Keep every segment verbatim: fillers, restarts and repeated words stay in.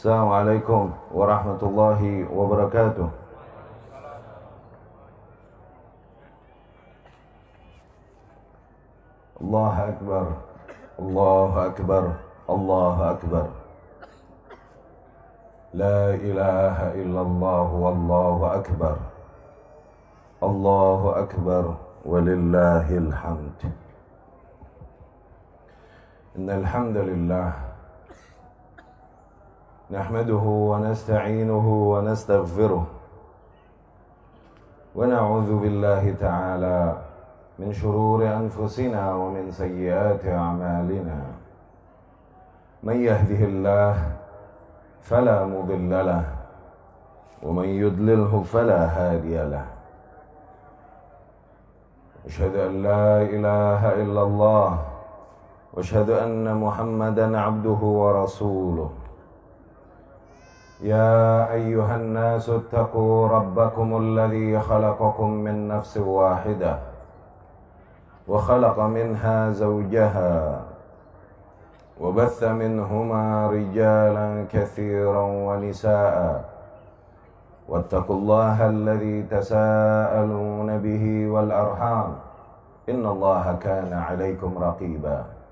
Assalamualaikum warahmatullahi wabarakatuh. Allahu Akbar, Allahu Akbar, Allahu Akbar. La ilaha illallah wallahu akbar. Allahu Akbar walillahil hamd. Innal hamdalillah nahmaduhu wa nasta'inuhu wa nastaghfiruh wa na'udzu billahi ta'ala min shururi anfusina wa min sayyiati a'malina. Man yahdihillah fala mudilla lah wa man yudlilhu fala hadiya lah. Asyhadu an la ilaha illallah wa asyhadu anna Muhammadan 'abduhu wa rasuluh. يا أيها الناس اتقوا ربكم الذي خلقكم من نفس واحدة وخلق منها زوجها وبث منهما رجالا كثيرا ونساء واتقوا الله الذي تساءلون به والأرحام إن الله كان عليكم رقيبا.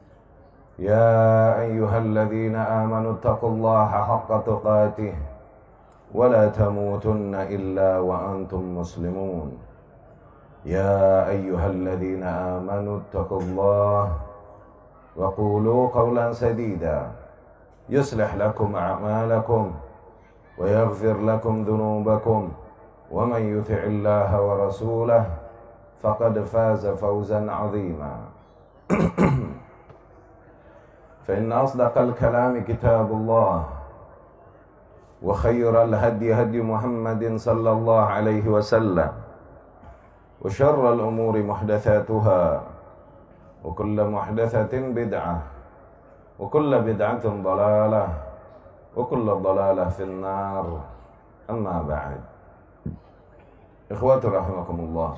يا أيها الذين آمنوا اتقوا الله حق تقاته ولا تموتن إلا وأنتم مسلمون. يا أيها الذين آمنوا اتقوا الله وقولوا قولا سديدا يصلح لكم أعمالكم ويغفر لكم ذنوبكم ومن يطع الله ورسوله فقد فاز فوزا عظيما. فإن أصدق الكلام كتاب الله وخير الهدي هدي محمد صلى الله عليه وسلم وشر الأمور محدثاتها وكل محدثة بدعة وكل بدعة ضلالة وكل ضلالة في النار. أما بعد، إخواتي رحمكم الله.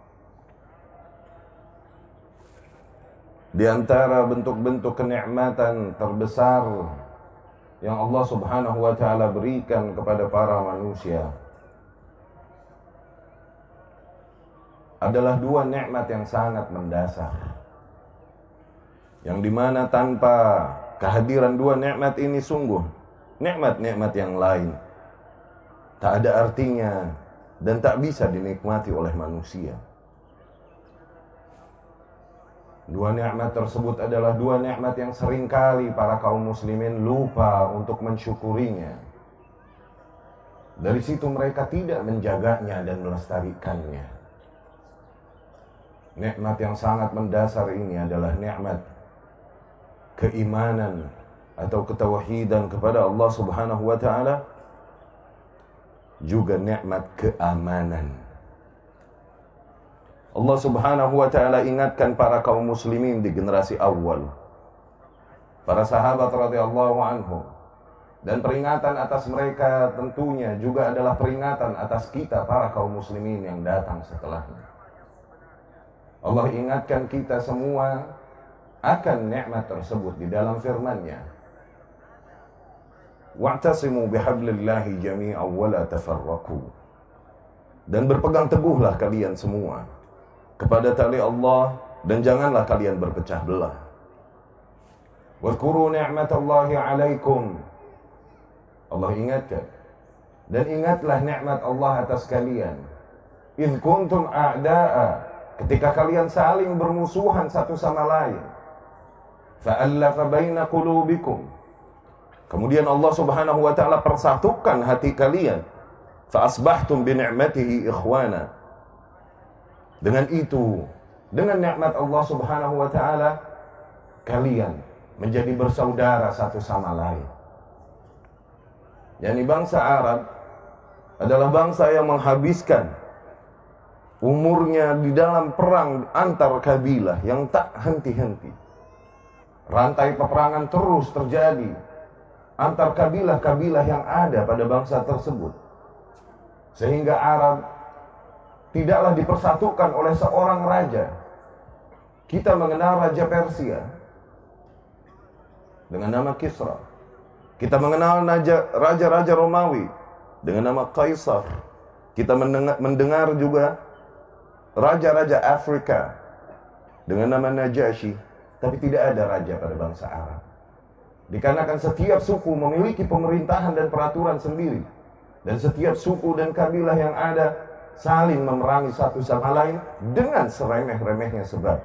Di antara bentuk-bentuk kenikmatan terbesar yang Allah Subhanahu wa ta'ala berikan kepada para manusia adalah dua nikmat yang sangat mendasar, yang dimana tanpa kehadiran dua nikmat ini sungguh nikmat-nikmat yang lain tak ada artinya dan tak bisa dinikmati oleh manusia. Dua nikmat tersebut adalah dua nikmat yang seringkali para kaum muslimin lupa untuk mensyukurinya. Dari situ mereka tidak menjaganya dan melestarikannya. Nikmat yang sangat mendasar ini adalah nikmat keimanan atau ketauhidan kepada Allah Subhanahu wa ta'ala, juga nikmat keamanan. Allah Subhanahu wa ta'ala ingatkan para kaum muslimin di generasi awal, para sahabat radhiyallahu anhum, dan peringatan atas mereka tentunya juga adalah peringatan atas kita para kaum muslimin yang datang setelahnya. Allah ingatkan kita semua akan nikmat tersebut di dalam firman-Nya, wa'tasimu bihablillahi jami'an wa la tafarraqu, dan berpegang teguhlah kalian semua kepada tali Allah dan janganlah kalian berpecah belah. Wadhkuru ni'matallahi 'alaikum. Allah ingatkan, dan ingatlah nikmat Allah atas kalian. Idz kuntum a'da'a, ketika kalian saling bermusuhan satu sama lain. Fa'allafa baina qulubikum, kemudian Allah Subhanahu wa ta'ala persatukan hati kalian. Fa'asbahtum bi ni'matihi ikhwana. Dengan itu, dengan nikmat Allah Subhanahu wa ta'ala, kalian menjadi bersaudara satu sama lain. Yani bangsa Arab adalah bangsa yang menghabiskan umurnya di dalam perang antar kabilah yang tak henti-henti. Rantai peperangan terus terjadi antar kabilah-kabilah yang ada pada bangsa tersebut, sehingga Arab tidaklah dipersatukan oleh seorang raja. Kita mengenal Raja Persia dengan nama Kisra. Kita mengenal raja-raja Romawi dengan nama Kaisar. Kita mendengar, mendengar juga raja-raja Afrika dengan nama Najasyi. Tapi tidak ada raja pada bangsa Arab. Dikarenakan setiap suku memiliki pemerintahan dan peraturan sendiri. Dan setiap suku dan kabilah yang ada saling memerangi satu sama lain dengan seremeh-remehnya sebab.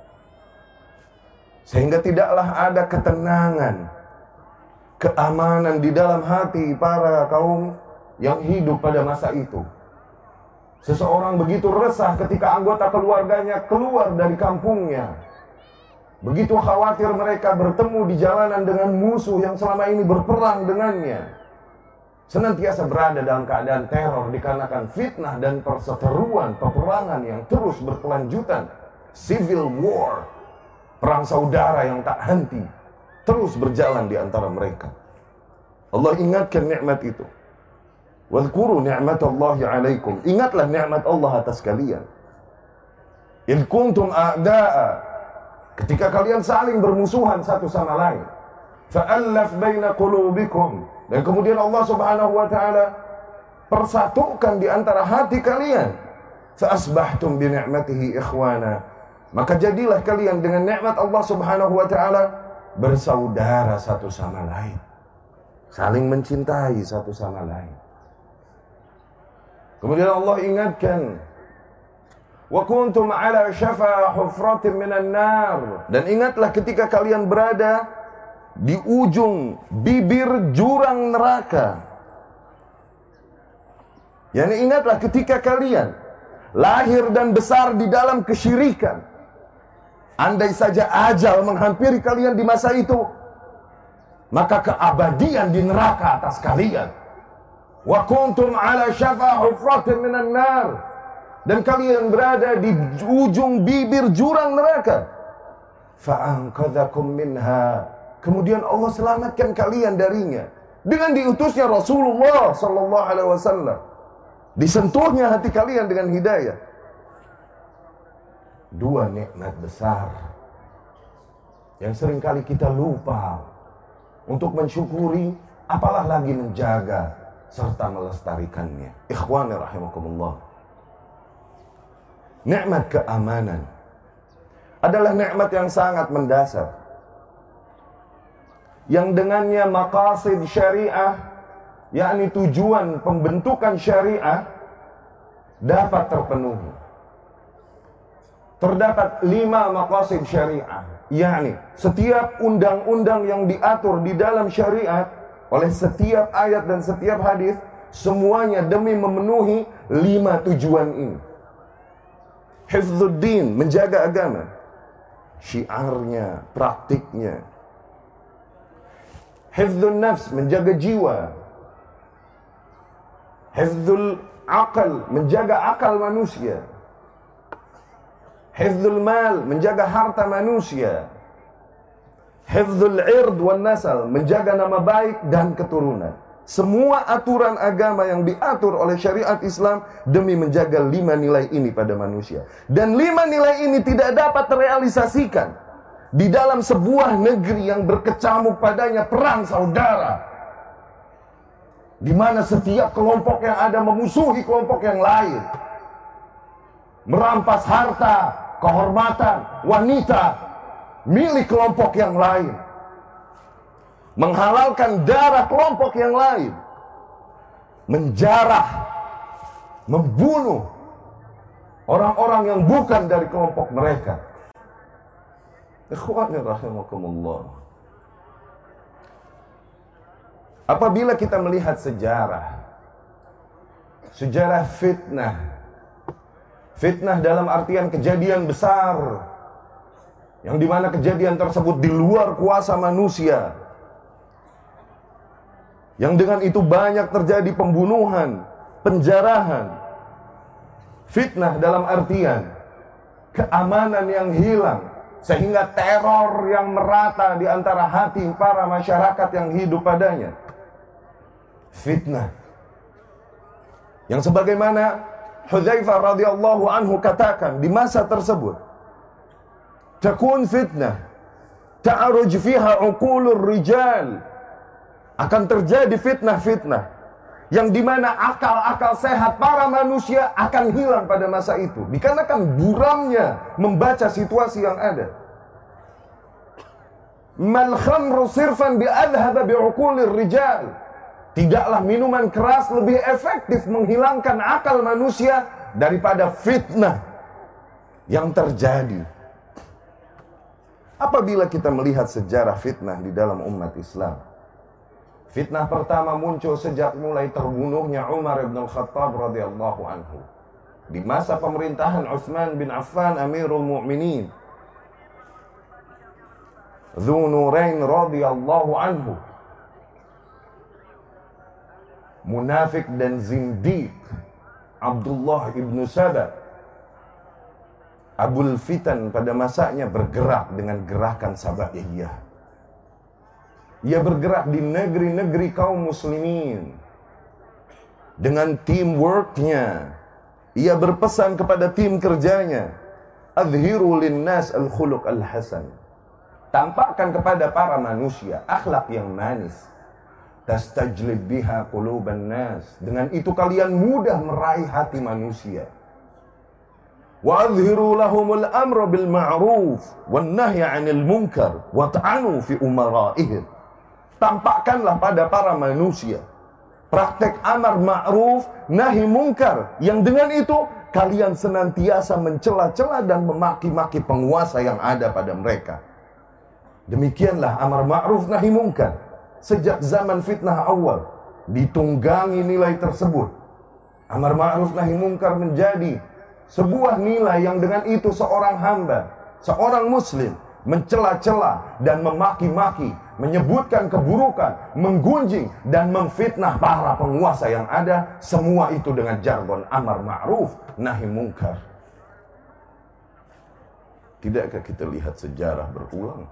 Sehingga tidaklah ada ketenangan, keamanan di dalam hati para kaum yang hidup pada masa itu. Seseorang begitu resah ketika anggota keluarganya keluar dari kampungnya. Begitu khawatir mereka bertemu di jalanan dengan musuh yang selama ini berperang dengannya. Senantiasa berada dalam keadaan teror dikarenakan fitnah dan perseteruan peperangan yang terus berkelanjutan. Civil war, perang saudara yang tak henti, terus berjalan di antara mereka. Allah ingatkan nikmat itu. Wadhkuru ni'matallahi 'alaikum. Ingatlah nikmat Allah atas kalian. Idh kuntum a'da'a. Ketika kalian saling bermusuhan satu sama lain. Fa'allaf baina qulubikum. Dan kemudian Allah Subhanahu wa taala persatukan di antara hati kalian. Fa'asbahtum bi ni'matihi ikhwana. Maka jadilah kalian dengan nikmat Allah Subhanahu wa taala bersaudara satu sama lain. Saling mencintai satu sama lain. Kemudian Allah ingatkan, wa kuntum ala syafa hufratin minan nar. Dan ingatlah ketika kalian berada di ujung bibir jurang neraka. Yani ingatlah ketika kalian lahir dan besar di dalam kesyirikan. Andai saja ajal menghampiri kalian di masa itu, maka keabadian di neraka atas kalian. Wa kuntum ala syafa hufratin minan nar. Dan kalian berada di ujung bibir jurang neraka. Fa'anqadhakum minha. Kemudian Allah selamatkan kalian darinya dengan diutusnya Rasulullah sallallahu alaihi wasallam. Disentuhnya hati kalian dengan hidayah. Dua nikmat besar yang seringkali kita lupa untuk mensyukuri, apalah lagi menjaga serta melestarikannya. Ikhwani rahimakumullah. Nikmat keamanan adalah nikmat yang sangat mendasar, yang dengannya maqasid syariah, yakni tujuan pembentukan syariah, dapat terpenuhi. Terdapat lima maqasid syariah, yakni setiap undang-undang yang diatur di dalam syariat oleh setiap ayat dan setiap hadis, semuanya demi memenuhi lima tujuan ini. Hifdzuddin, menjaga agama, syiarnya, praktiknya. Hifdzun nafs, menjaga jiwa. Hifdzul aqal, menjaga akal manusia. Hifdzul mal, menjaga harta manusia. Hifdzul ird wan nasal, menjaga nama baik dan keturunan. Semua aturan agama yang diatur oleh syariat Islam demi menjaga lima nilai ini pada manusia. Dan lima nilai ini tidak dapat terrealisasikan di dalam sebuah negeri yang berkecamuk padanya perang saudara, di mana setiap kelompok yang ada memusuhi kelompok yang lain, merampas harta, kehormatan, wanita milik kelompok yang lain, menghalalkan darah kelompok yang lain, menjarah, membunuh orang-orang yang bukan dari kelompok mereka. Ikhwani rahimakumullah. Apabila kita melihat sejarah, sejarah fitnah, fitnah dalam artian kejadian besar, yang dimana kejadian tersebut di luar kuasa manusia, yang dengan itu banyak terjadi pembunuhan, penjarahan. Fitnah dalam artian keamanan yang hilang, sehingga teror yang merata di antara hati para masyarakat yang hidup padanya. Fitnah yang sebagaimana Hudzaifah radhiyallahu anhu katakan di masa tersebut, takun fitnah ta'aruj fiha uqulur rijal akan terjadi fitnah-fitnah yang dimana akal-akal sehat para manusia akan hilang pada masa itu, dikarenakan buramnya membaca situasi yang ada. Mal khamru sirfan bi adhaba bi uqulir rijal. Tidaklah minuman keras lebih efektif menghilangkan akal manusia daripada fitnah yang terjadi. Apabila kita melihat sejarah fitnah di dalam umat Islam, fitnah pertama muncul sejak mulai terbunuhnya Umar bin Khattab radhiyallahu anhu di masa pemerintahan Utsman bin Affan Amirul Mukminin Dzu Nurain radhiyallahu anhu. Munafik dan zindiq Abdullah ibnu Saba, Abul Fitan pada masanya, bergerak dengan gerakan Sabaiyah. Ia bergerak di negeri-negeri kaum muslimin. Dengan teamworknya, ia berpesan kepada tim kerjanya, adhiru linnas al-khuluq al-hasan. Tampakkan kepada para manusia akhlak yang manis. Tastajlib biha quluban nas. Dengan itu kalian mudah meraih hati manusia. Wa adhiru lahumul amra bil ma'ruf wan nahya 'anil munkar wa ta'anu fi umara'ihim. Tampakkanlah pada para manusia praktek amar ma'ruf nahi munkar, yang dengan itu kalian senantiasa mencela-cela dan memaki-maki penguasa yang ada pada mereka. Demikianlah amar ma'ruf nahi munkar. Sejak zaman fitnah awal ditunggangi nilai tersebut. Amar ma'ruf nahi munkar menjadi sebuah nilai yang dengan itu seorang hamba, seorang muslim mencela-cela dan memaki-maki, menyebutkan keburukan, menggunjing dan memfitnah para penguasa yang ada, semua itu dengan jargon amar ma'ruf nahi munkar. Tidakkah kita lihat sejarah berulang?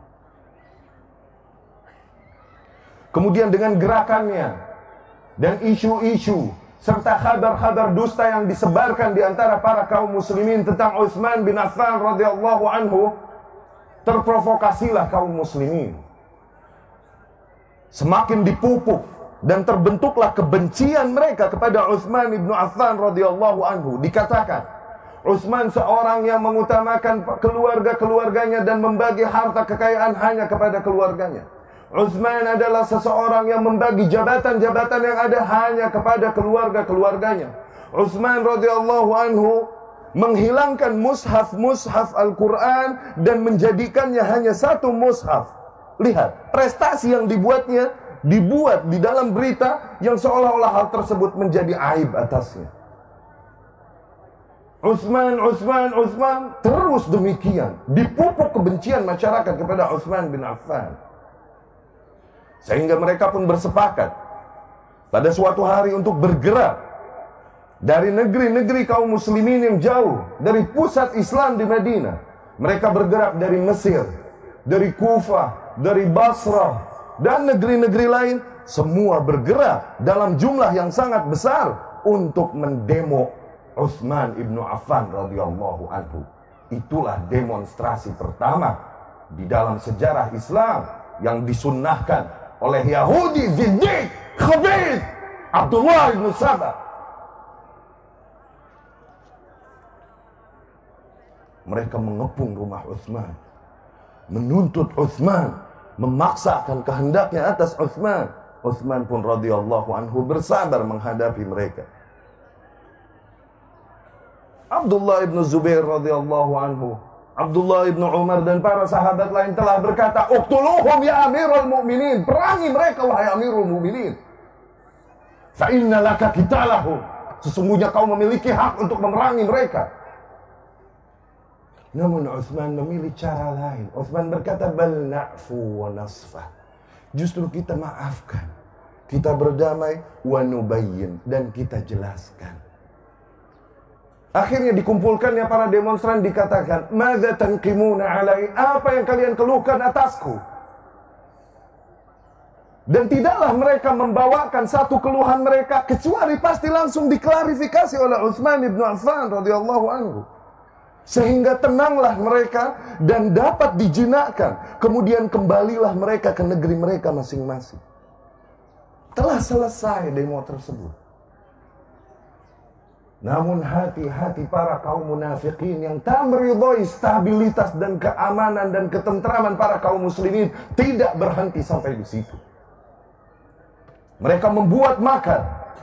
Kemudian dengan gerakannya dan isu-isu serta kabar-kabar dusta yang disebarkan di antara para kaum muslimin tentang Utsman bin Affan radhiyallahu anhu, terprovokasilah kaum muslimin. Semakin dipupuk dan terbentuklah kebencian mereka kepada Utsman bin Affan radhiyallahu anhu. Dikatakan Utsman seorang yang mengutamakan keluarga-keluarganya dan membagi harta kekayaan hanya kepada keluarganya. Utsman adalah seseorang yang membagi jabatan-jabatan yang ada hanya kepada keluarga-keluarganya. Utsman radhiyallahu anhu menghilangkan mushaf-mushaf Al-Quran dan menjadikannya hanya satu mushaf. Lihat, prestasi yang dibuatnya dibuat di dalam berita yang seolah-olah hal tersebut menjadi aib atasnya. Utsman, Utsman, Utsman, terus demikian dipupuk kebencian masyarakat kepada Utsman bin Affan. Sehingga mereka pun bersepakat pada suatu hari untuk bergerak dari negeri-negeri kaum muslimin yang jauh dari pusat Islam di Madinah. Mereka bergerak dari Mesir, dari Kufah, dari Basrah, dan negeri-negeri lain. Semua bergerak dalam jumlah yang sangat besar untuk mendemo Utsman ibnu Affan radhiyallahu anhu. Itulah demonstrasi pertama di dalam sejarah Islam yang disunnahkan oleh Yahudi zindiq khabith Abdullah bin Saba. Mereka mengepung rumah Utsman, menuntut Utsman, memaksakan kehendaknya atas Utsman. Utsman pun radhiyallahu anhu bersabar menghadapi mereka. Abdullah bin Zubair radhiyallahu anhu, Abdullah ibnu Umar dan para sahabat lain telah berkata, "Uqtuluhum ya Amirul Mukminin." Perangi mereka wahai Amirul Mukminin. Fa inna laka qitalahum. Sesungguhnya kau memiliki hak untuk memerangi mereka. Namun Utsman memilih cara lain. Utsman berkata, "Bal na'fu wa nasfah." Justru kita maafkan, kita berdamai, wa nubayyin, dan kita jelaskan. Akhirnya dikumpulkannya para demonstran, dikatakan, "Madza tanqimuna alai?" Apa yang kalian keluhkan atasku? Dan tidaklah mereka membawakan satu keluhan mereka kecuali pasti langsung diklarifikasi oleh Utsman bin Affan radhiyallahu anhu. Sehingga tenanglah mereka dan dapat dijinakkan. Kemudian kembalilah mereka ke negeri mereka masing-masing. telah selesai demo tersebut. Namun hati-hati para kaum munafikin yang tak meridhoi stabilitas dan keamanan dan ketentraman para kaum muslimin tidak berhenti sampai di situ. Mereka membuat makar,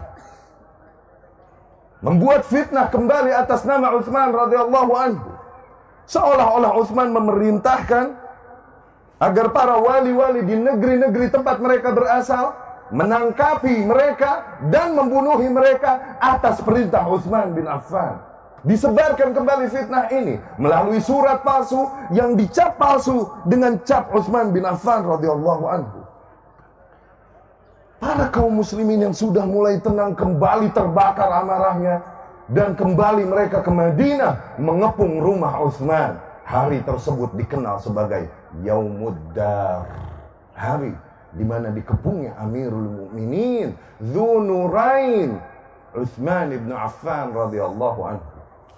membuat fitnah kembali atas nama Utsman radhiyallahu anhu. Seolah-olah Utsman memerintahkan agar para wali-wali di negeri-negeri tempat mereka berasal menangkapi mereka dan membunuhi mereka atas perintah Utsman bin Affan. Disebarkan kembali fitnah ini melalui surat palsu yang dicap palsu dengan cap Utsman bin Affan radhiyallahu anhu. Para kaum muslimin yang sudah mulai tenang kembali terbakar amarahnya dan kembali mereka ke Madinah mengepung rumah Utsman. Hari tersebut dikenal sebagai Yaumuddar, hari di mana dikepungnya Amirul Mukminin Dzunurain Utsman bin Affan radhiyallahu anhu.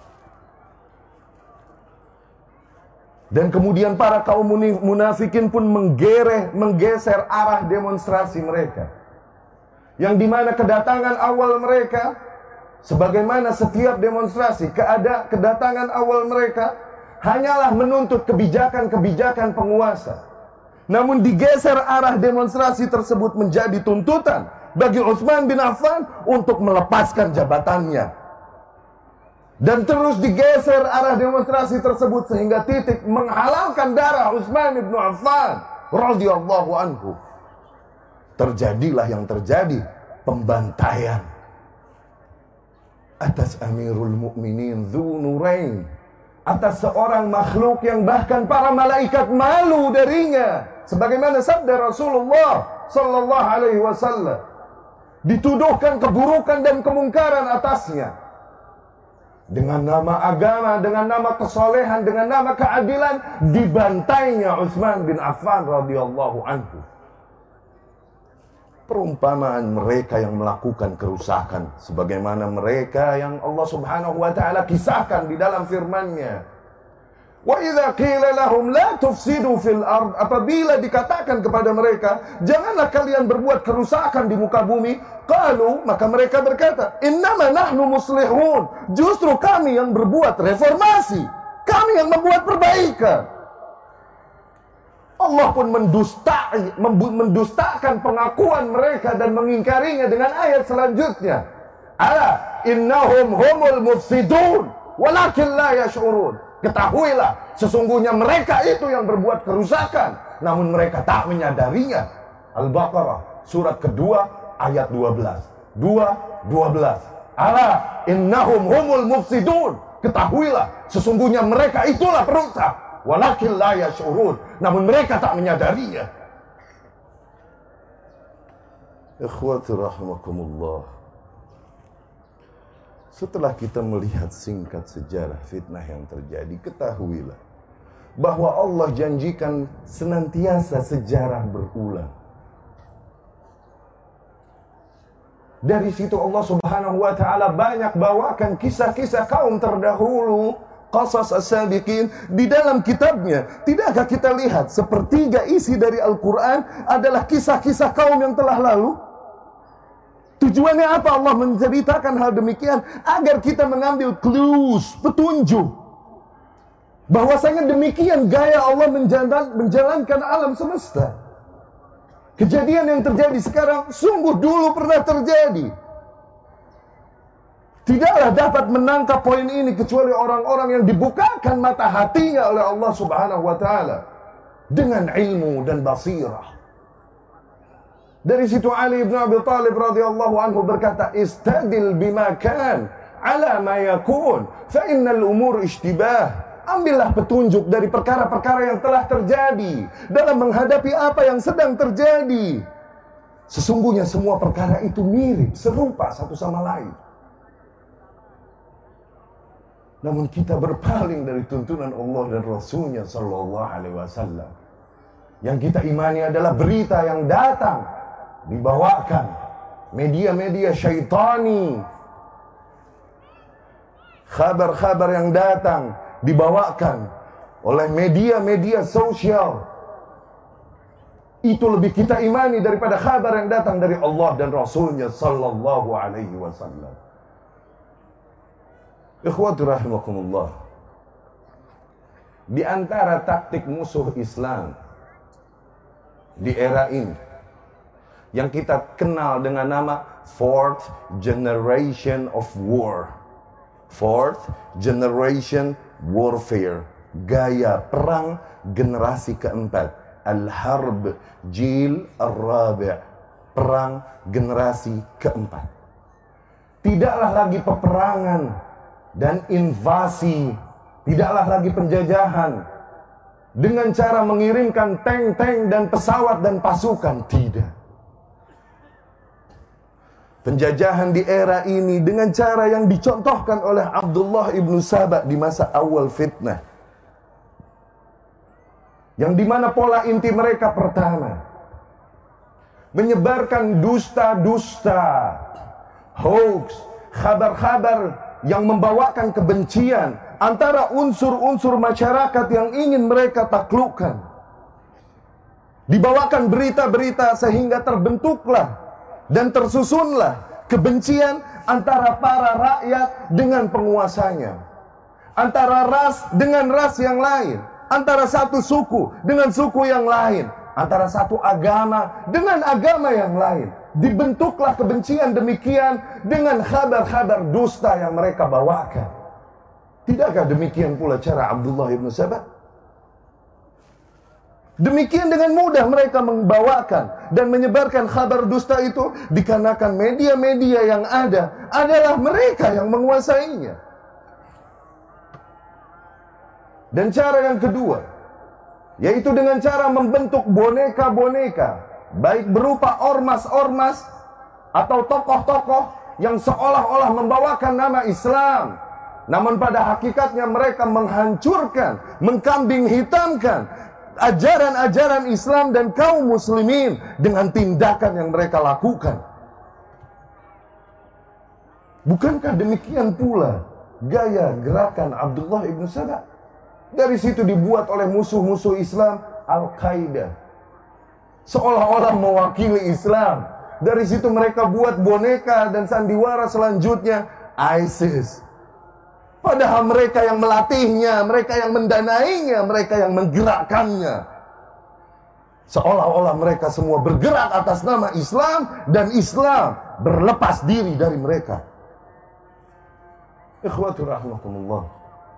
Dan kemudian para kaum munafikin pun menggereh, menggeser arah demonstrasi mereka, yang dimana kedatangan awal mereka, sebagaimana setiap demonstrasi, keada kedatangan awal mereka hanyalah menuntut kebijakan-kebijakan penguasa. Namun digeser arah demonstrasi tersebut menjadi tuntutan bagi Utsman bin Affan untuk melepaskan jabatannya. Dan terus digeser arah demonstrasi tersebut sehingga titik menghalalkan darah Utsman bin Affan radhiyallahu anhu. Terjadilah yang terjadi, pembantaian atas Amirul Mukminin Dzunurain, atas seorang makhluk yang bahkan para malaikat malu darinya. Sebagaimana sabda Rasulullah sallallahu alaihi wasallam, dituduhkan keburukan dan kemungkaran atasnya. Dengan nama agama, dengan nama kesolehan, dengan nama keadilan, dibantainya Utsman bin Affan radhiyallahu anhu. Perumpamaan mereka yang melakukan kerusakan, sebagaimana mereka yang Allah subhanahu wa ta'ala kisahkan di dalam firman-Nya. Wa idza qila lahum la tufsidu fil ard, apabila dikatakan kepada mereka janganlah kalian berbuat kerusakan di muka bumi, qalu, maka mereka berkata, innama nahnu muslihun, justru kami yang berbuat reformasi, kami yang membuat perbaikan. Allah pun mendustai, mendustakan pengakuan mereka dan mengingkarinya dengan ayat selanjutnya. Ala innahum humul mufsidun walakin la yash'urun. Ketahuilah, sesungguhnya mereka itu yang berbuat kerusakan, namun mereka tak menyadarinya. Al-Baqarah surat kedua ayat dua belas. dua dua belas. Ala innahum humul mufsidun. Ketahuilah, sesungguhnya mereka itulah perusak. Walakin la yash'urun, namun mereka tak menyadarinya. Ikhwati rahimakumullah. Setelah kita melihat singkat sejarah fitnah yang terjadi, ketahuilah bahwa Allah janjikan senantiasa sejarah berulang. Dari situ Allah subhanahu wa ta'ala banyak bawakan kisah-kisah kaum terdahulu, qasas as-sabiqin di dalam kitabnya. Tidakkah kita lihat sepertiga isi dari Al-Quran adalah kisah-kisah kaum yang telah lalu? Tujuannya apa Allah menceritakan hal demikian? Agar kita mengambil clues, petunjuk, bahwasanya demikian gaya Allah menjalan, menjalankan alam semesta. Kejadian yang terjadi sekarang sungguh dulu pernah terjadi. Tidaklah dapat menangkap poin ini kecuali orang-orang yang dibukakan mata hatinya oleh Allah subhanahu wa ta'ala dengan ilmu dan basirah. Dari situ Ali bin Abi Thalib radhiyallahu anhu berkata, istadil bima kan ala ma yakun fa innal umur ishtibah. Ambillah petunjuk dari perkara-perkara yang telah terjadi dalam menghadapi apa yang sedang terjadi. Sesungguhnya semua perkara itu mirip, serupa satu sama lain. Namun kita berpaling dari tuntunan Allah dan Rasulnya sallallahu alaihi wasallam. Yang kita imani adalah berita yang datang, dibawakan media-media syaitani, kabar-kabar yang datang dibawakan oleh media-media sosial Itu lebih kita imani daripada kabar yang datang dari Allah dan Rasulnya sallallahu alaihi wasallam. Ikhwati rahimakumullah. Di antara taktik musuh Islam di era ini yang kita kenal dengan nama Fourth Generation of War. Fourth Generation Warfare. Gaya perang generasi keempat. Al-Harb Jil Ar-Rabi', perang generasi keempat. Tidaklah lagi peperangan dan invasi, tidaklah lagi penjajahan dengan cara mengirimkan tank-tank dan pesawat dan pasukan, tidak. Penjajahan di era ini dengan cara yang dicontohkan oleh Abdullah ibnu Saba di masa awal fitnah, yang dimana pola inti mereka pertama menyebarkan dusta-dusta, hoax, kabar-kabar yang membawakan kebencian antara unsur-unsur masyarakat yang ingin mereka taklukkan. Dibawakan berita-berita sehingga terbentuklah dan tersusunlah kebencian antara para rakyat dengan penguasanya, antara ras dengan ras yang lain, antara satu suku dengan suku yang lain, antara satu agama dengan agama yang lain. Dibentuklah kebencian demikian dengan kabar-kabar dusta yang mereka bawakan. Tidakkah demikian pula cara Abdullah ibnu Saba? Demikian dengan mudah mereka membawakan dan menyebarkan kabar dusta itu dikarenakan media-media yang ada adalah mereka yang menguasainya. Dan cara yang kedua, yaitu dengan cara membentuk boneka-boneka, baik berupa ormas-ormas atau tokoh-tokoh yang seolah-olah membawakan nama Islam, namun pada hakikatnya mereka menghancurkan, mengkambing hitamkan ajaran-ajaran Islam dan kaum muslimin dengan tindakan yang mereka lakukan. Bukankah demikian pula gaya gerakan Abdullah ibnu Saba? Dari situ dibuat oleh musuh-musuh Islam Al-Qaeda, seolah-olah mewakili Islam. Dari situ mereka buat boneka dan sandiwara selanjutnya ISIS. Padahal mereka yang melatihnya, mereka yang mendanainya, mereka yang menggerakkannya. Seolah-olah mereka semua bergerak atas nama Islam dan Islam berlepas diri dari mereka. Ikhwatu rahmatullah.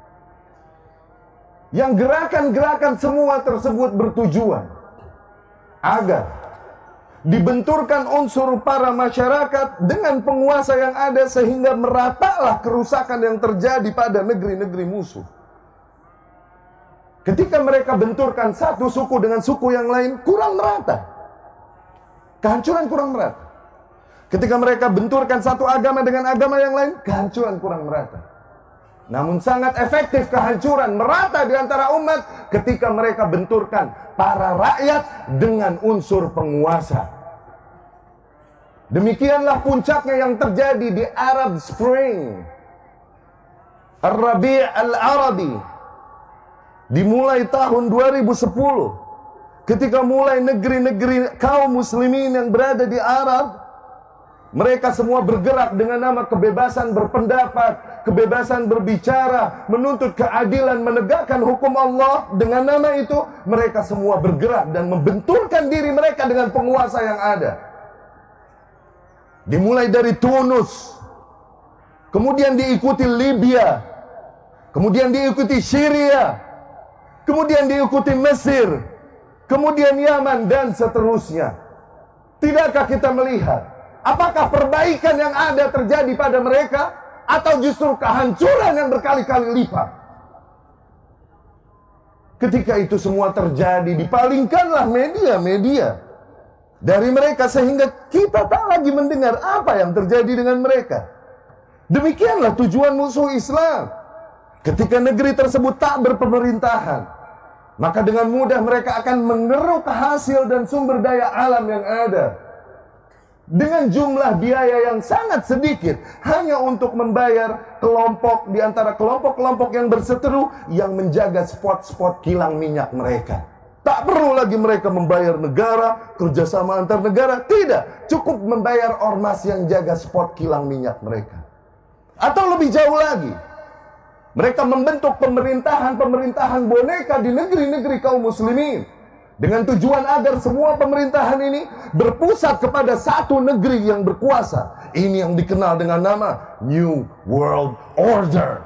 Yang gerakan-gerakan semua tersebut bertujuan agar dibenturkan unsur para masyarakat dengan penguasa yang ada sehingga meratalah kerusakan yang terjadi pada negeri-negeri musuh. Ketika mereka benturkan satu suku dengan suku yang lain, kurang merata. Kehancuran kurang merata. Ketika mereka benturkan satu agama dengan agama yang lain, kehancuran kurang merata. Namun sangat efektif kehancuran merata di antara umat ketika mereka benturkan para rakyat dengan unsur penguasa. Demikianlah puncaknya yang terjadi di Arab Spring, Ar-Rabi' Al-Arabi, dimulai tahun dua ribu sepuluh. Ketika mulai negeri-negeri kaum muslimin yang berada di Arab, mereka semua bergerak dengan nama kebebasan berpendapat, kebebasan berbicara, menuntut keadilan, menegakkan hukum Allah. Dengan nama itu, mereka semua bergerak dan membenturkan diri mereka dengan penguasa yang ada. Dimulai dari Tunus, kemudian diikuti Libya, kemudian diikuti Syria, kemudian diikuti Mesir, kemudian Yaman, dan seterusnya. Tidakkah kita melihat apakah perbaikan yang ada terjadi pada mereka atau justru kehancuran yang berkali-kali lipat? Ketika itu semua terjadi, dipalingkanlah media-media dari mereka sehingga kita tak lagi mendengar apa yang terjadi dengan mereka. Demikianlah tujuan musuh Islam. Ketika negeri tersebut tak berpemerintahan, maka dengan mudah mereka akan mengeruk hasil dan sumber daya alam yang ada dengan jumlah biaya yang sangat sedikit, hanya untuk membayar kelompok di antara kelompok-kelompok yang berseteru yang menjaga spot-spot kilang minyak mereka. Tak perlu lagi mereka membayar negara, kerjasama antar negara. Tidak, cukup membayar ormas yang jaga spot kilang minyak mereka. Atau lebih jauh lagi, mereka membentuk pemerintahan-pemerintahan boneka di negeri-negeri kaum muslimin, dengan tujuan agar semua pemerintahan ini berpusat kepada satu negeri yang berkuasa. Ini yang dikenal dengan nama New World Order.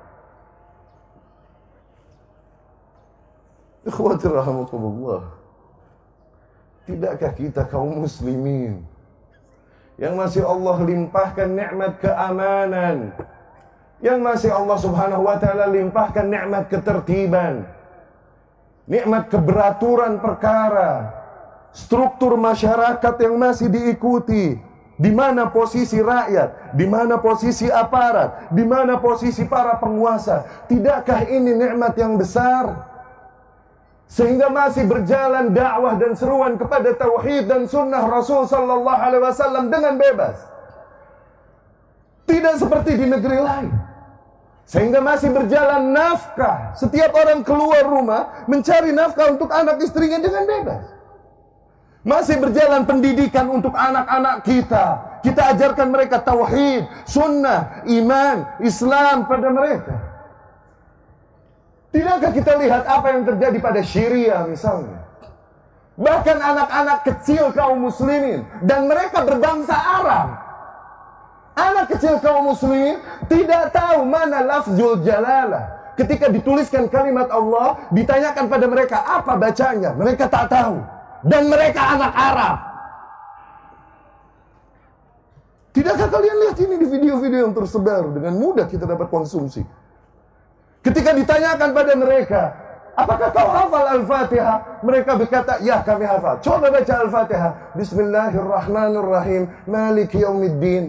Ikhwati rahimakumullah. Tidakkah kita kaum muslimin yang masih Allah limpahkan nikmat keamanan, yang masih Allah subhanahu wa ta'ala limpahkan nikmat ketertiban, nikmat keberaturan perkara, struktur masyarakat yang masih diikuti, di mana posisi rakyat, di mana posisi aparat, di mana posisi para penguasa. Tidakkah ini nikmat yang besar? Sehingga masih berjalan dakwah dan seruan kepada tauhid dan sunnah Rasul sallallahu alaihi wasallam dengan bebas. Tidak seperti di negeri lain. Sehingga masih berjalan nafkah. Setiap orang keluar rumah mencari nafkah untuk anak istrinya dengan bebas. Masih berjalan pendidikan untuk anak-anak kita. Kita ajarkan mereka tauhid, sunnah, iman, Islam pada mereka. Tidakkah kita lihat apa yang terjadi pada Syria misalnya? Bahkan anak-anak kecil kaum muslimin, dan mereka berbangsa Arab. Anak kecil kaum muslimin tidak tahu mana lafzul jalalah. Ketika dituliskan kalimat Allah, ditanyakan pada mereka apa bacanya, mereka tak tahu. Dan mereka anak Arab. Tidakkah kalian lihat ini di video-video yang tersebar? Dengan mudah kita dapat konsumsi. Ketika ditanyakan pada mereka, apakah kau hafal Al-Fatihah? Mereka berkata, ya kami hafal. Coba baca Al-Fatihah. Bismillahirrahmanirrahim. Maliki yaumiddin.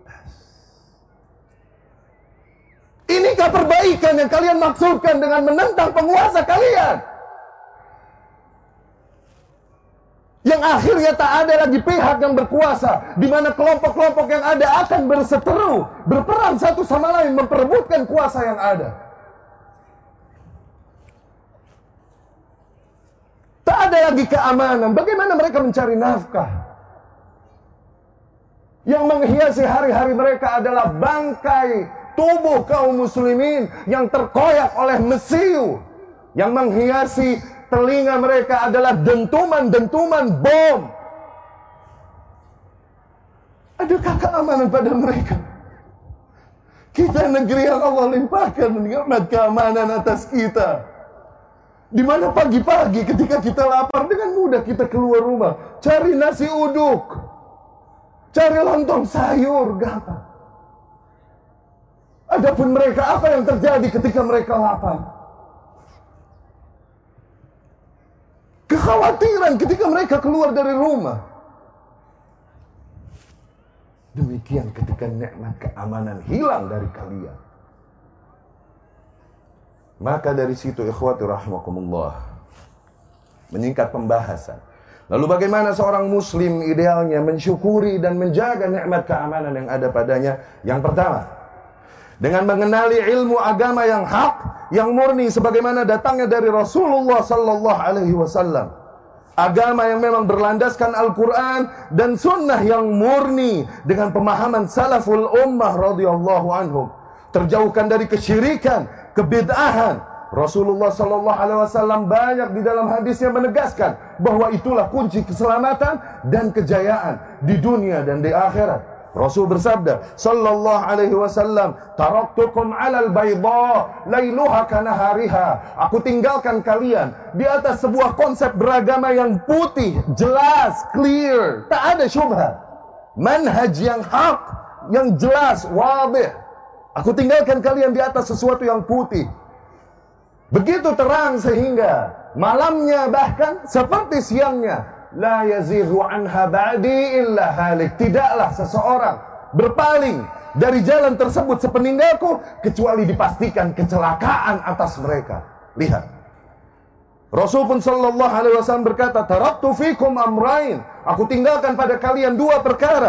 Inikah perbaikan yang kalian maksudkan dengan menentang penguasa kalian? Yang akhirnya tak ada lagi pihak yang berkuasa, di mana kelompok-kelompok yang ada akan berseteru, berperang satu sama lain, memperebutkan kuasa yang ada. Tak ada lagi keamanan. Bagaimana mereka mencari nafkah? Yang menghiasi hari-hari mereka adalah bangkai tubuh kaum muslimin yang terkoyak oleh mesiu. Yang menghiasi telinga mereka adalah dentuman-dentuman bom. Adakah keamanan pada mereka? Kita negeri yang Allah limpahkan nikmat keamanan atas kita. Di mana pagi-pagi ketika kita lapar, dengan mudah kita keluar rumah, cari nasi uduk, cari lontong sayur, gampang. Adapun mereka, apa yang terjadi ketika mereka lapar? Kekhawatiran ketika mereka keluar dari rumah. Demikian ketika nikmat keamanan hilang dari kalian. Maka dari situ ikhwati rahimakumullah, menyingkat pembahasan, lalu bagaimana seorang muslim idealnya mensyukuri dan menjaga nikmat keamanan yang ada padanya? Yang pertama, dengan mengenali ilmu agama yang hak, yang murni sebagaimana datangnya dari Rasulullah sallallahu alaihi wasallam. Agama yang memang berlandaskan Al-Quran dan sunnah yang murni dengan pemahaman salaful ummah radhiyallahu anhum. Terjauhkan dari kesyirikan, kebid'ahan. Rasulullah sallallahu alaihi wasallam banyak di dalam hadisnya menegaskan bahwa itulah kunci keselamatan dan kejayaan di dunia dan di akhirat. Rasul bersabda sallallahu alaihi wasallam, "Taraktukum 'alal bayda lailuha kanahariha." Aku tinggalkan kalian di atas sebuah konsep beragama yang putih, jelas, clear, tak ada syubhat. Manhaj yang hak, yang jelas, wadih. Aku tinggalkan kalian di atas sesuatu yang putih, begitu terang sehingga malamnya bahkan seperti siangnya. La yazighu anha ba'di illa halik. Tidaklah seseorang berpaling dari jalan tersebut sepeninggalku kecuali dipastikan kecelakaan atas mereka. Lihat, Rasul pun sallallahu alaihi wasallam berkata, "Taraktu fikum amrain." Aku tinggalkan pada kalian dua perkara.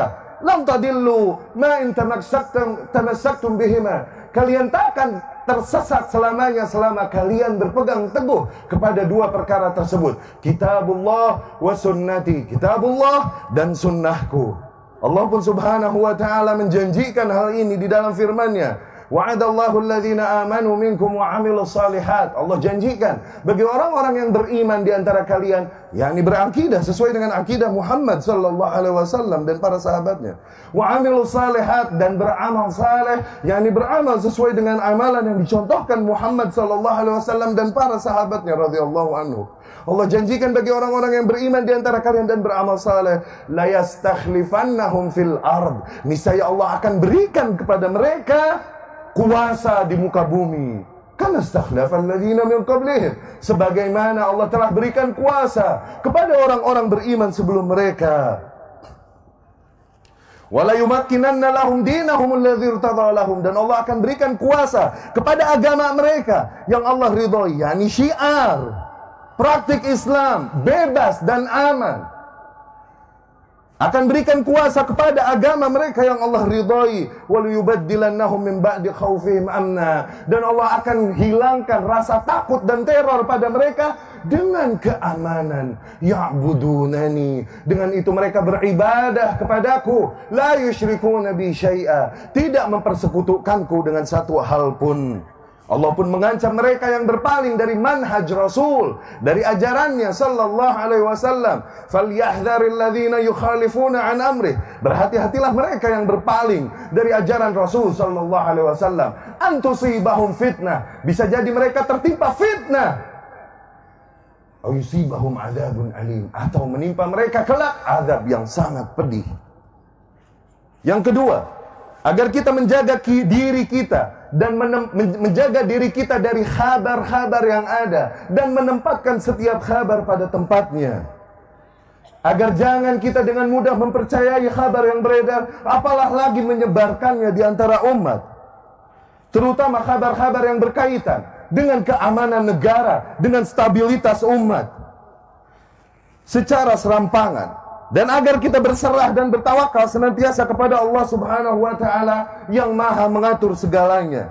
lam tadillu ma in tamassaktum tamassaktum bihima. Kalian takkan tersesat selamanya selama kalian berpegang teguh kepada dua perkara tersebut, kitabullah wa sunnati, kitabullah dan sunnahku. Allah pun subhanahu wa ta'ala menjanjikan hal ini di dalam firman-Nya. Wa'adallahu alladhina amanu minkum wa 'amilus shalihat. Allah janjikan bagi orang-orang yang beriman di antara kalian, yakni berakidah sesuai dengan akidah Muhammad sallallahu alaihi wasallam dan para sahabatnya. Wa 'amilus shalihat, dan beramal saleh, yakni beramal sesuai dengan amalan yang dicontohkan Muhammad sallallahu alaihi wasallam dan para sahabatnya radhiyallahu anhu. Allah janjikan bagi orang-orang yang beriman di antara kalian dan beramal saleh, la yastakhlifannahum fil ard. Niscaya Allah akan berikan kepada mereka kuasa di muka bumi. Kama stakhlafal ladzina min qablihim, sebagaimana Allah telah berikan kuasa kepada orang-orang beriman sebelum mereka. Wala yumakkinanna lahum dinahum alladzi irtadha lahum, dan Allah akan berikan kuasa kepada agama mereka yang Allah ridhoi, yakni syiar, praktik Islam bebas dan aman. Akan berikan kuasa kepada agama mereka yang Allah ridhai. Waliyubaddilannahum min ba'di khaufihim amna, dan Allah akan hilangkan rasa takut dan teror pada mereka dengan keamanan. Ya'budunani, dengan itu mereka beribadah kepadaku, la yusyrikuna bi syai'a, tidak mempersekutukanku dengan satu hal pun. Allah pun mengancam mereka yang berpaling dari manhaj Rasul, dari ajarannya sallallahu alaihi wasallam. Falyahdharil ladzina yukhalifuna an amrih, berhati-hatilah mereka yang berpaling dari ajaran Rasul sallallahu alaihi wasallam. An tusibahum fitnah, bisa jadi mereka tertimpa fitnah. Aw yusibahum adzabun alim, atau menimpa mereka kelak azab yang sangat pedih. Yang kedua, agar kita menjaga diri kita dan menjaga diri kita dari khabar-khabar yang ada dan menempatkan setiap khabar pada tempatnya. Agar jangan kita dengan mudah mempercayai khabar yang beredar, apalah lagi menyebarkannya di antara umat. Terutama khabar-khabar yang berkaitan dengan keamanan negara, dengan stabilitas umat secara serampangan. Dan agar kita berserah dan bertawakal senantiasa kepada Allah subhanahu wa ta'ala yang maha mengatur segalanya.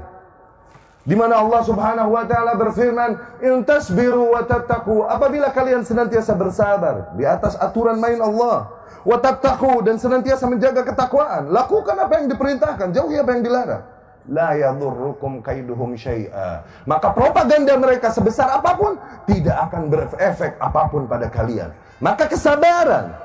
Di mana Allah subhanahu wa ta'ala berfirman, in tasbiru wa tattaqu, apabila kalian senantiasa bersabar di atas aturan main Allah, wa tattaqu, dan senantiasa menjaga ketakwaan, lakukan apa yang diperintahkan, jauhi apa yang dilarang, la yadurrukum kaiduhum syai'a, maka propaganda mereka sebesar apapun tidak akan berefek apapun pada kalian. Maka kesabaran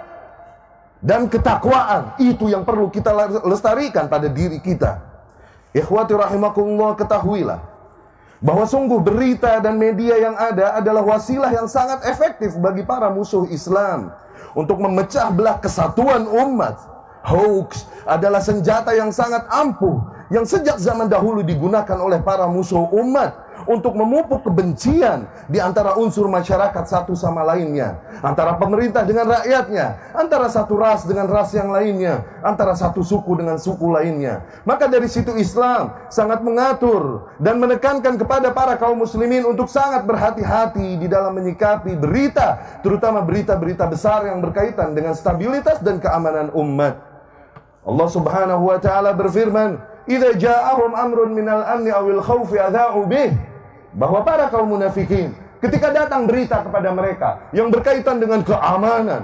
dan ketakwaan itu yang perlu kita lestarikan pada diri kita. Ikhwati rahimakumullah, ketahuilah bahwa sungguh berita dan media yang ada adalah wasilah yang sangat efektif bagi para musuh Islam untuk memecah belah kesatuan umat. Hoax adalah senjata yang sangat ampuh yang sejak zaman dahulu digunakan oleh para musuh umat untuk memupuk kebencian di antara unsur masyarakat satu sama lainnya, antara pemerintah dengan rakyatnya, antara satu ras dengan ras yang lainnya, antara satu suku dengan suku lainnya. Maka dari situ Islam sangat mengatur dan menekankan kepada para kaum muslimin untuk sangat berhati-hati di dalam menyikapi berita, terutama berita-berita besar yang berkaitan dengan stabilitas dan keamanan umat. Allah subhanahu wa ta'ala berfirman, idza ja'ahum amrun minal amni awil khawfi adha'u bih, bahwa para kaum munafikin ketika datang berita kepada mereka yang berkaitan dengan keamanan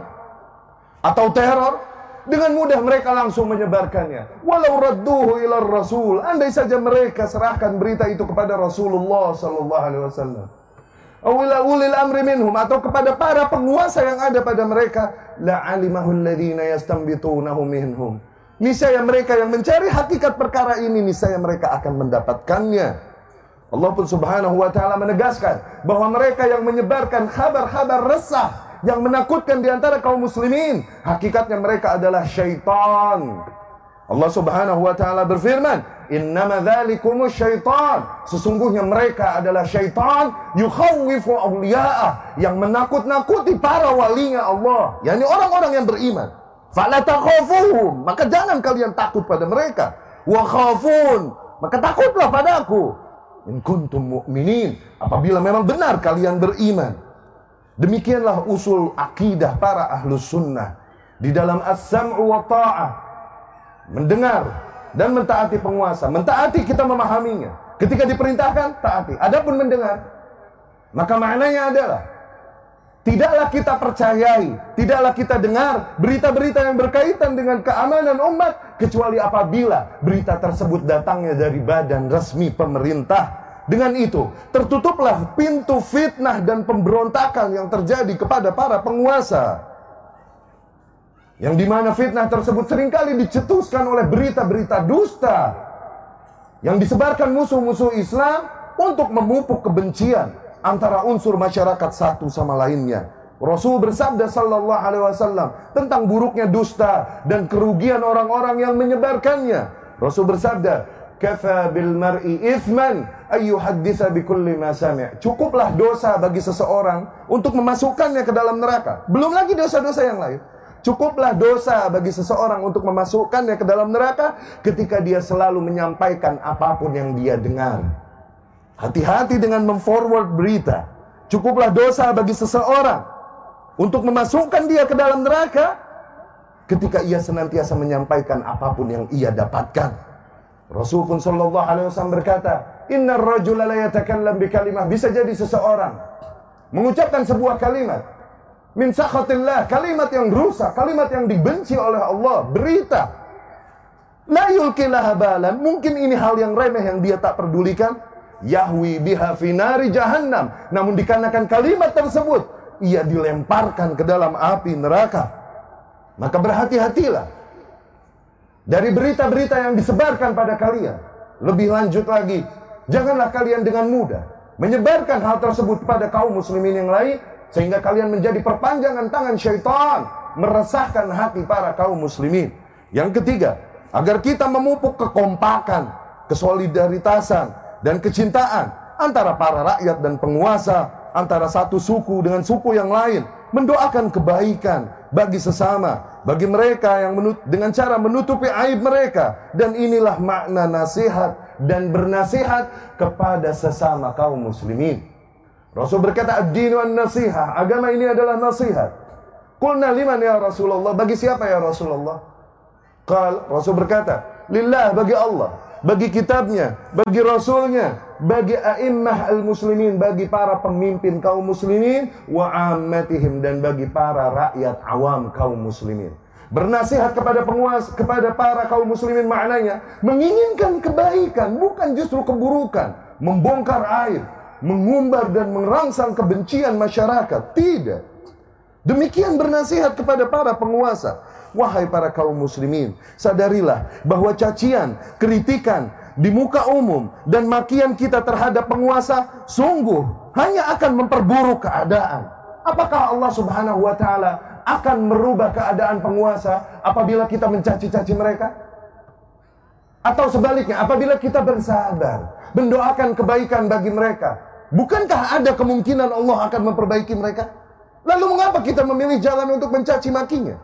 atau teror, dengan mudah mereka langsung menyebarkannya. Walau radduhu ila rasul, andai saja mereka serahkan berita itu kepada Rasulullah sallallahu alaihi wasallam, awila ulil amri minhum, atau kepada para penguasa yang ada pada mereka, la alimahul ladzina yastanbitunahu minhum, niscaya mereka yang mencari hakikat perkara ini, niscaya mereka akan mendapatkannya. Allah pun subhanahu wa ta'ala menegaskan bahwa mereka yang menyebarkan kabar-kabar resah yang menakutkan di antara kaum muslimin, hakikatnya mereka adalah syaitan. Allah subhanahu wa ta'ala berfirman, innama dzalikumus syaitan, sesungguhnya mereka adalah syaitan, yukhawwifu awliya'ah, yang menakut-nakuti para walinya Allah, yakni orang-orang yang beriman. Fala takhafuhum, maka jangan kalian takut pada mereka. Wa khafun, maka takutlah padaku. In kuntum mu'minin, apabila memang benar kalian beriman. Demikianlah usul akidah para ahlus sunnah di dalam as-sam'u wa ta'ah, mendengar dan mentaati penguasa. Mentaati kita memahaminya. Ketika diperintahkan, taati. Adapun mendengar, maka maknanya adalah tidaklah kita percayai, tidaklah kita dengar berita-berita yang berkaitan dengan keamanan umat kecuali apabila berita tersebut datangnya dari badan resmi pemerintah. Dengan itu, tertutuplah pintu fitnah dan pemberontakan yang terjadi kepada para penguasa. Yang dimana fitnah tersebut seringkali dicetuskan oleh berita-berita dusta yang disebarkan musuh-musuh Islam untuk memupuk kebencian antara unsur masyarakat satu sama lainnya. Rasul bersabda sallallahu alaihi wasallam tentang buruknya dusta dan kerugian orang-orang yang menyebarkannya. Rasul bersabda, "Kafa bil mar'i ithman ayyuhadditsa bikulli ma sami'." Cukuplah dosa bagi seseorang untuk memasukkannya ke dalam neraka. Belum lagi dosa-dosa yang lain. Cukuplah dosa bagi seseorang untuk memasukkannya ke dalam neraka ketika dia selalu menyampaikan apapun yang dia dengar. Hati-hati dengan memforward berita. Cukuplah dosa bagi seseorang untuk memasukkan dia ke dalam neraka ketika ia senantiasa menyampaikan apapun yang ia dapatkan. Rasul pun sallallahu alaihi wasallam berkata, "Innar rajula la yatakallam bi kalimah." Bisa jadi seseorang mengucapkan sebuah kalimat min sakhatillah, kalimat yang rusak, kalimat yang dibenci oleh Allah, berita. La yulqilaha balan, mungkin ini hal yang remeh yang dia tak pedulikan. Yahwi biha fi nari jahannam, namun dikarenakan kalimat tersebut ia dilemparkan ke dalam api neraka. Maka berhati-hatilah dari berita-berita yang disebarkan pada kalian. Lebih lanjut lagi, janganlah kalian dengan mudah menyebarkan hal tersebut pada kaum muslimin yang lain, sehingga kalian menjadi perpanjangan tangan syaitan, meresahkan hati para kaum muslimin. Yang ketiga, agar kita memupuk kekompakan, kesolidaritasan, dan kecintaan antara para rakyat dan penguasa, antara satu suku dengan suku yang lain, mendoakan kebaikan bagi sesama, bagi mereka yang menut dengan cara menutupi aib mereka. Dan inilah makna nasihat dan bernasihat kepada sesama kaum muslimin. Rasul berkata, ad-dinu an-nasihah, agama ini adalah nasihat. Qulna liman ya Rasulullah, bagi siapa ya Rasulullah? Qal, Rasul berkata, lillah, bagi Allah, bagi kitabnya, bagi rasulnya, bagi a'immah al-muslimin, bagi para pemimpin kaum muslimin, wa ammatihim, dan bagi para rakyat awam kaum muslimin. Bernasihat kepada penguasa, kepada para kaum muslimin maknanya menginginkan kebaikan, bukan justru keburukan, membongkar aib, mengumbar dan merangsang kebencian masyarakat. Tidak. Demikian bernasihat kepada para penguasa. Wahai para kaum muslimin, sadarilah bahwa cacian, kritikan di muka umum dan makian kita terhadap penguasa sungguh hanya akan memperburuk keadaan. Apakah Allah subhanahu wa ta'ala akan merubah keadaan penguasa apabila kita mencaci-caci mereka? Atau sebaliknya, apabila kita bersabar, mendoakan kebaikan bagi mereka, bukankah ada kemungkinan Allah akan memperbaiki mereka? Lalu mengapa kita memilih jalan untuk mencaci makinya?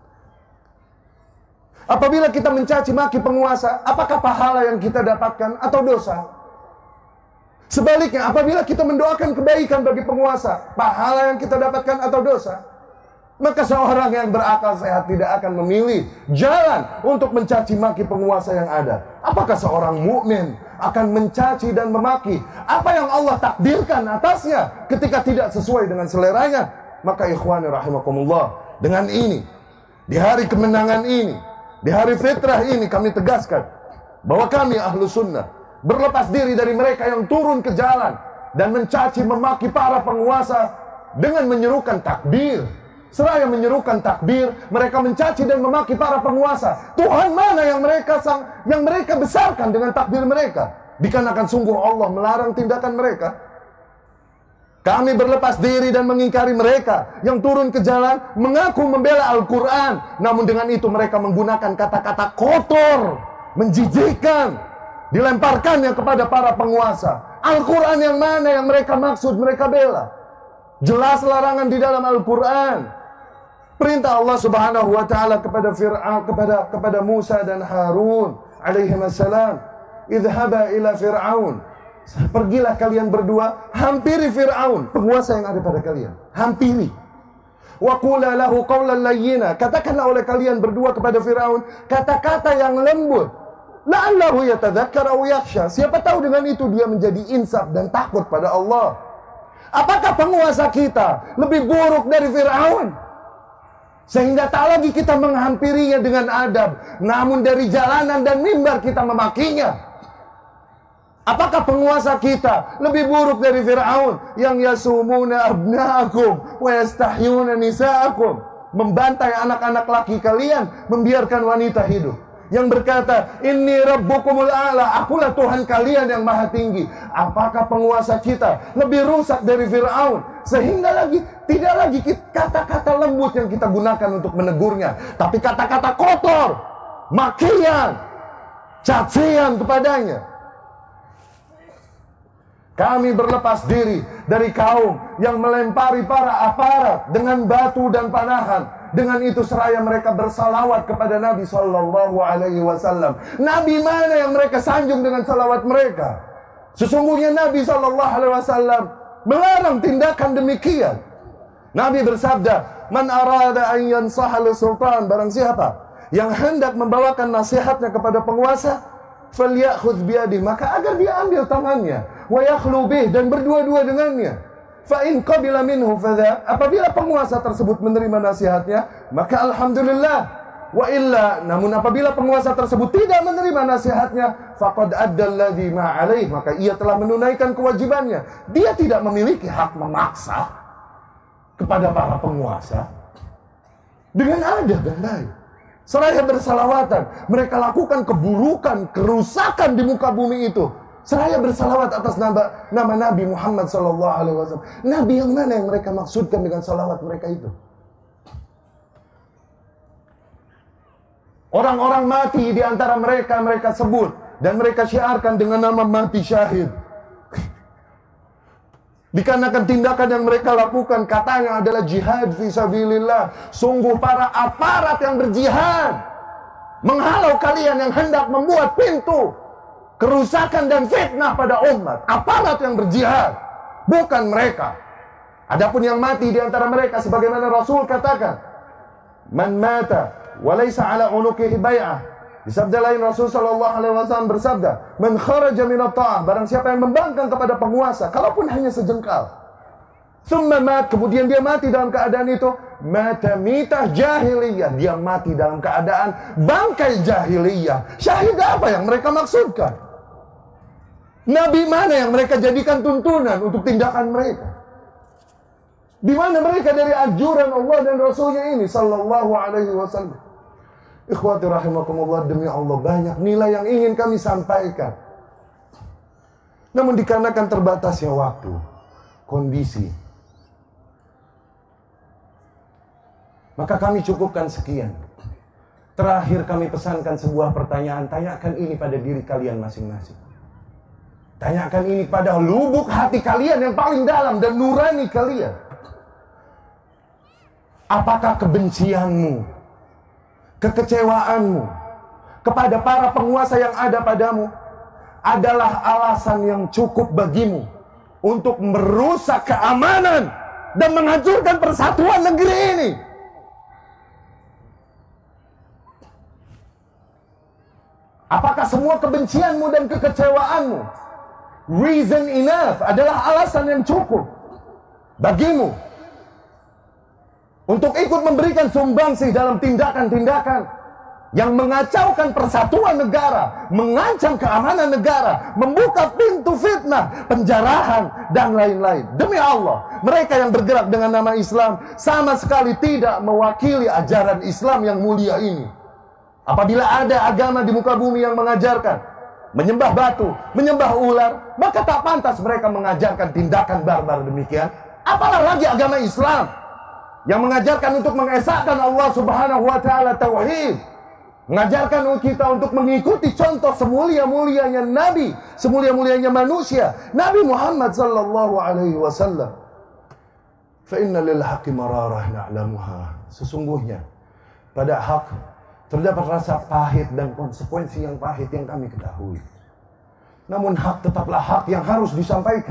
Apabila kita mencaci maki penguasa, apakah pahala yang kita dapatkan atau dosa? Sebaliknya, apabila kita mendoakan kebaikan bagi penguasa, pahala yang kita dapatkan atau dosa? Maka seorang yang berakal sehat tidak akan memilih jalan untuk mencaci maki penguasa yang ada. Apakah seorang mukmin akan mencaci dan memaki apa yang Allah takdirkan atasnya ketika tidak sesuai dengan seleranya? Maka ikhwani rahimakumullah, dengan ini, di hari kemenangan ini, di hari fitrah ini, kami tegaskan bahwa kami ahlu sunnah berlepas diri dari mereka yang turun ke jalan dan mencaci memaki para penguasa dengan menyerukan takbir. Seraya menyerukan takbir, mereka mencaci dan memaki para penguasa. Tuhan mana yang mereka sang, yang mereka besarkan dengan takbir mereka? Dikarenakan sungguh Allah melarang tindakan mereka. Kami berlepas diri dan mengingkari mereka yang turun ke jalan mengaku membela Al-Quran, namun dengan itu mereka menggunakan kata-kata kotor, menjijikkan, dilemparkannya kepada para penguasa. Al-Quran yang mana yang mereka maksud, mereka bela? Jelas larangan di dalam Al-Quran. Perintah Allah Subhanahu wa taala kepada Fir'aun, kepada kepada Musa dan Harun alaihi wassalam, "Idhhaba ila Fir'aun." Pergilah kalian berdua, hampiri Fir'aun, penguasa yang ada pada kalian. Hampiri. Wa qula lahu qawlan layyina. Katakanlah oleh kalian berdua kepada Firaun kata-kata yang lembut. La'allahu yatadzakkar aw yakhsha. Siapa tahu dengan itu dia menjadi insaf dan takut pada Allah. Apakah penguasa kita lebih buruk dari Firaun? Sehingga tak lagi kita menghampirinya dengan adab, namun dari jalanan dan mimbar kita memakinya. Apakah penguasa kita lebih buruk dari Fir'aun yang yasumuna abna'akum wa yastahyuna nisa'akum, membantai anak-anak laki kalian, membiarkan wanita hidup, yang berkata inni rabbukumul a'la, akulah Tuhan kalian yang maha tinggi. Apakah penguasa kita lebih rusak dari Fir'aun sehingga lagi tidak lagi kata-kata lembut yang kita gunakan untuk menegurnya, tapi kata-kata kotor, makian, cacian kepadanya. Kami berlepas diri dari kaum yang melempari para aparat dengan batu dan panahan. Dengan itu seraya mereka bersalawat kepada Nabi Sallallahu Alaihi Wasallam. Nabi mana yang mereka sanjung dengan salawat mereka? Sesungguhnya Nabi Sallallahu Alaihi Wasallam melarang tindakan demikian. Nabi bersabda, "Man arada an yansaha sultan," barang siapa yang hendak membawakan nasihatnya kepada penguasa, falyakhudh biyadi, maka agar dia ambil tangannya, wa yakhlu bih, dan berdua-dua dengannya. Fa in qabila minhu fadha, apabila penguasa tersebut menerima nasihatnya, maka alhamdulillah. Wa illa, namun apabila penguasa tersebut tidak menerima nasihatnya, faqad adda alladhi ma alaih, maka ia telah menunaikan kewajibannya. Dia tidak memiliki hak memaksa kepada para penguasa. Dengan adab dan baik, seraya bersalawatan, mereka lakukan keburukan, kerusakan di muka bumi itu. Seraya bersalawat atas nama, nama Nabi Muhammad Sallallahu Alaihi Wasallam. Nabi yang mana yang mereka maksudkan dengan salawat mereka itu? Orang-orang mati di antara mereka, mereka sebut dan mereka syiarkan dengan nama mati syahid. Dikarenakan tindakan yang mereka lakukan katanya adalah jihad fisabilillah. Sungguh para aparat yang berjihad menghalau kalian yang hendak membuat pintu kerusakan dan fitnah pada umat. Aparat yang berjihad, bukan mereka. Adapun yang mati di antara mereka, sebagaimana Rasul katakan, man mata walaysa ala unuqihi bai'ah. Di sabda lain Rasul sallallahu alaihi wasallam bersabda, man kharaja minat ta'ah, barang siapa yang membangkang kepada penguasa, kalaupun hanya sejengkal, summa mat, kemudian dia mati dalam keadaan itu, mata mitah jahiliyah, dia mati dalam keadaan bangkai jahiliyah. Syahid apa yang mereka maksudkan? Nabi mana yang mereka jadikan tuntunan untuk tindakan mereka? Di mana mereka dari anjuran Allah dan Rasulnya ini sallallahu alaihi wasallam? Ikhwati rahimakumullah, demi Allah banyak nilai yang ingin kami sampaikan. Namun dikarenakan terbatasnya waktu, kondisi, maka kami cukupkan sekian. Terakhir kami pesankan sebuah pertanyaan, tanyakan ini pada diri kalian masing-masing. Tanyakan ini pada lubuk hati kalian yang paling dalam dan nurani kalian. Apakah kebencianmu, kekecewaanmu kepada para penguasa yang ada padamu adalah alasan yang cukup bagimu untuk merusak keamanan dan menghancurkan persatuan negeri ini? Apakah semua kebencianmu dan kekecewaanmu reason enough, adalah alasan yang cukup bagimu untuk ikut memberikan sumbangsih dalam tindakan-tindakan yang mengacaukan persatuan negara, mengancam keamanan negara, membuka pintu fitnah, penjarahan, dan lain-lain? Demi Allah, mereka yang bergerak dengan nama Islam sama sekali tidak mewakili ajaran Islam yang mulia ini. Apabila ada agama di muka bumi yang mengajarkan menyembah batu, menyembah ular, maka tak pantas mereka mengajarkan tindakan barbar demikian. Apalah lagi agama Islam yang mengajarkan untuk mengesahkan Allah Subhanahu wa taala tauhid, mengajarkan kita untuk mengikuti contoh semulia-mulianya Nabi, semulia-mulianya manusia, Nabi Muhammad sallallahu alaihi wasallam. Fa inna lil haqqi mararah na'lamuha. Sesungguhnya pada hak terdapat rasa pahit dan konsekuensi yang pahit yang kami ketahui. Namun hak tetaplah hak yang harus disampaikan.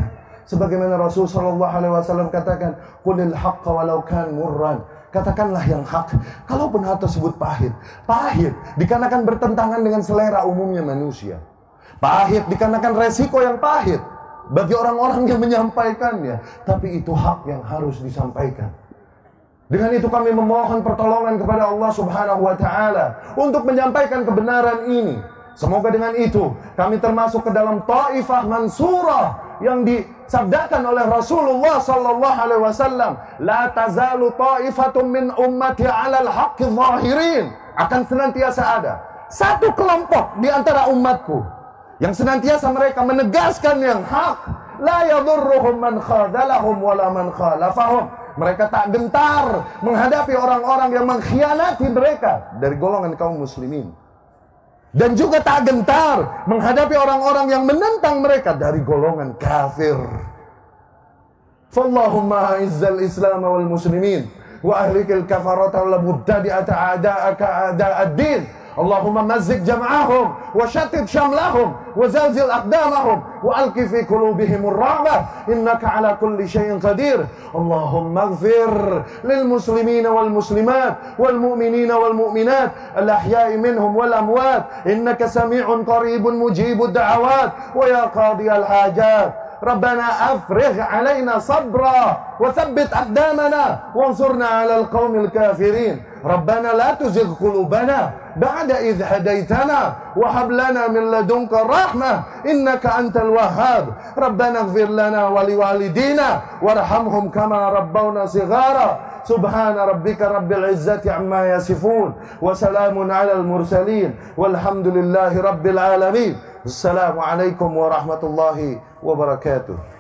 Sebagaimana Rasul sallallahu alaihi wasallam katakan, "Qulil haqqa walau kan murran." Katakanlah yang hak, kalaupun hal tersebut pahit. Pahit dikarenakan bertentangan dengan selera umumnya manusia. Pahit dikarenakan resiko yang pahit bagi orang-orang yang menyampaikannya. Tapi itu hak yang harus disampaikan. Dengan itu kami memohon pertolongan kepada Allah Subhanahu wa taala untuk menyampaikan kebenaran ini. Semoga dengan itu kami termasuk ke dalam Taifah Mansurah yang disabdakan oleh Rasulullah sallallahu alaihi wasallam, la tazalu ta'ifatun min ummati 'alal haqqi zahirin. Akan senantiasa ada satu kelompok di antara umatku yang senantiasa mereka menegaskan yang hak, la yadurruhum man khadalahum wala man khalafahum. Mereka tak gentar menghadapi orang-orang yang mengkhianati mereka dari golongan kaum muslimin, dan juga tak gentar menghadapi orang-orang yang menentang mereka dari golongan kafir. Fallahumma izzal Islam wal muslimin wa ahlikil kafarata wal mubtadi'ata a'da'aka a'da'ad-din. Allahumma mazzik jam'ahum wa shattid shamlahum wa zalzil aqdamahum wa alqi fi qulubihimur rahmah innaka ala kulli syai'in qadir. Allahumma ighfir lil muslimina wal muslimat wal mu'minina wal mu'minat al ahya'i minhum wal amwat innaka sami'un qaribun mujibud da'awat wa ya qadiyal hajat. Rabbana afrigh alaina sabra wa thabbit aqdamana wansurna 'alal qaumil kafirin. Rabbana la tuzigh qulubana ba'da idh hadaitana wa hab lana min ladunka rahmah innaka antal wahhab. Rabbana ighfir lana wa liwalidina warhamhum kama rabbawna shighara. Subhana rabbika rabbil izzati amma yasifun wa salamun 'alal mursalin walhamdulillahi rabbil alamin. Assalamualaikum warahmatullahi wabarakatuh.